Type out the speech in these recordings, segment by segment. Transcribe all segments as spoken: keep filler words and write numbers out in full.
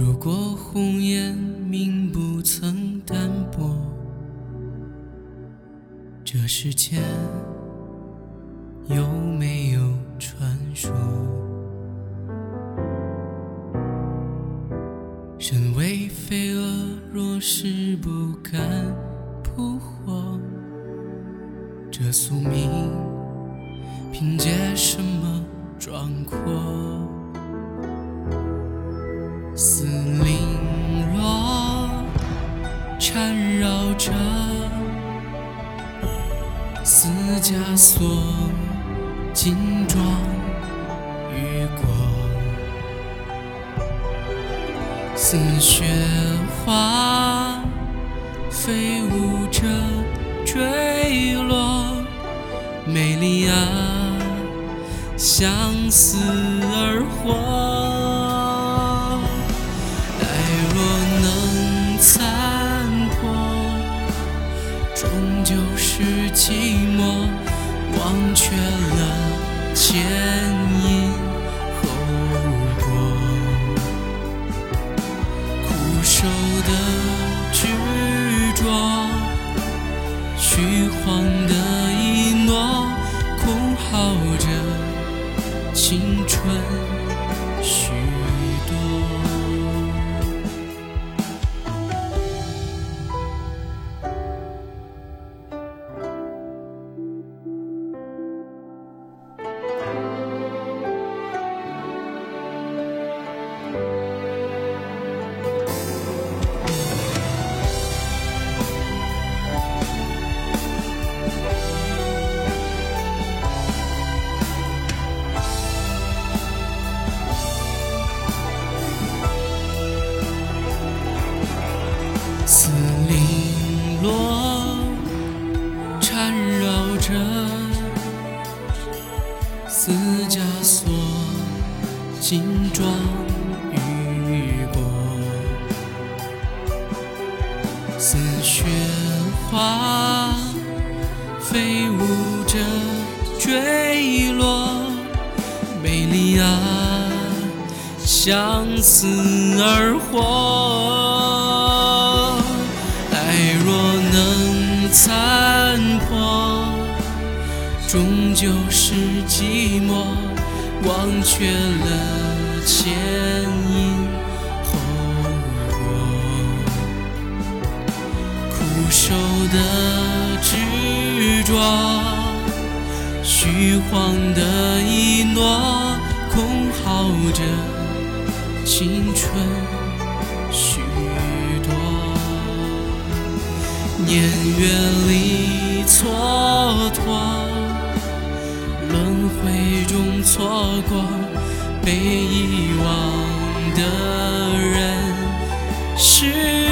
如果红颜命不曾淡薄，这世间有没有传说？身为飞蛾，若是不敢扑火，这宿命凭借什么壮阔？丝绫罗缠绕着丝枷锁，金装玉裹，似雪花飞舞着坠落，美丽啊，相思而活。爱若能残破，终究是寂寞，忘却了前因后果。苦守的执着，虚晃的一诺，空耗着青春许多。丝绫罗缠绕着丝枷锁，金装玉裹，似雪花飞舞着坠落，美丽啊，相思而活。爱若能残破，终究是寂寞，忘却了前因后果。苦守的执着，虚晃的一诺，空耗着青春许多。年月里蹉跎，轮回中错过，被遗忘的人是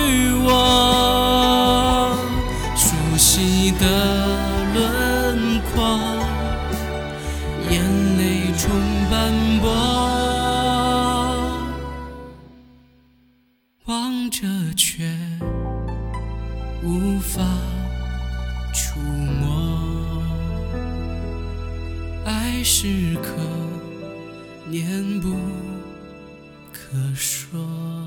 我。熟悉的轮廓，眼泪中斑驳，望着却无法触摸。爱是可念不可说。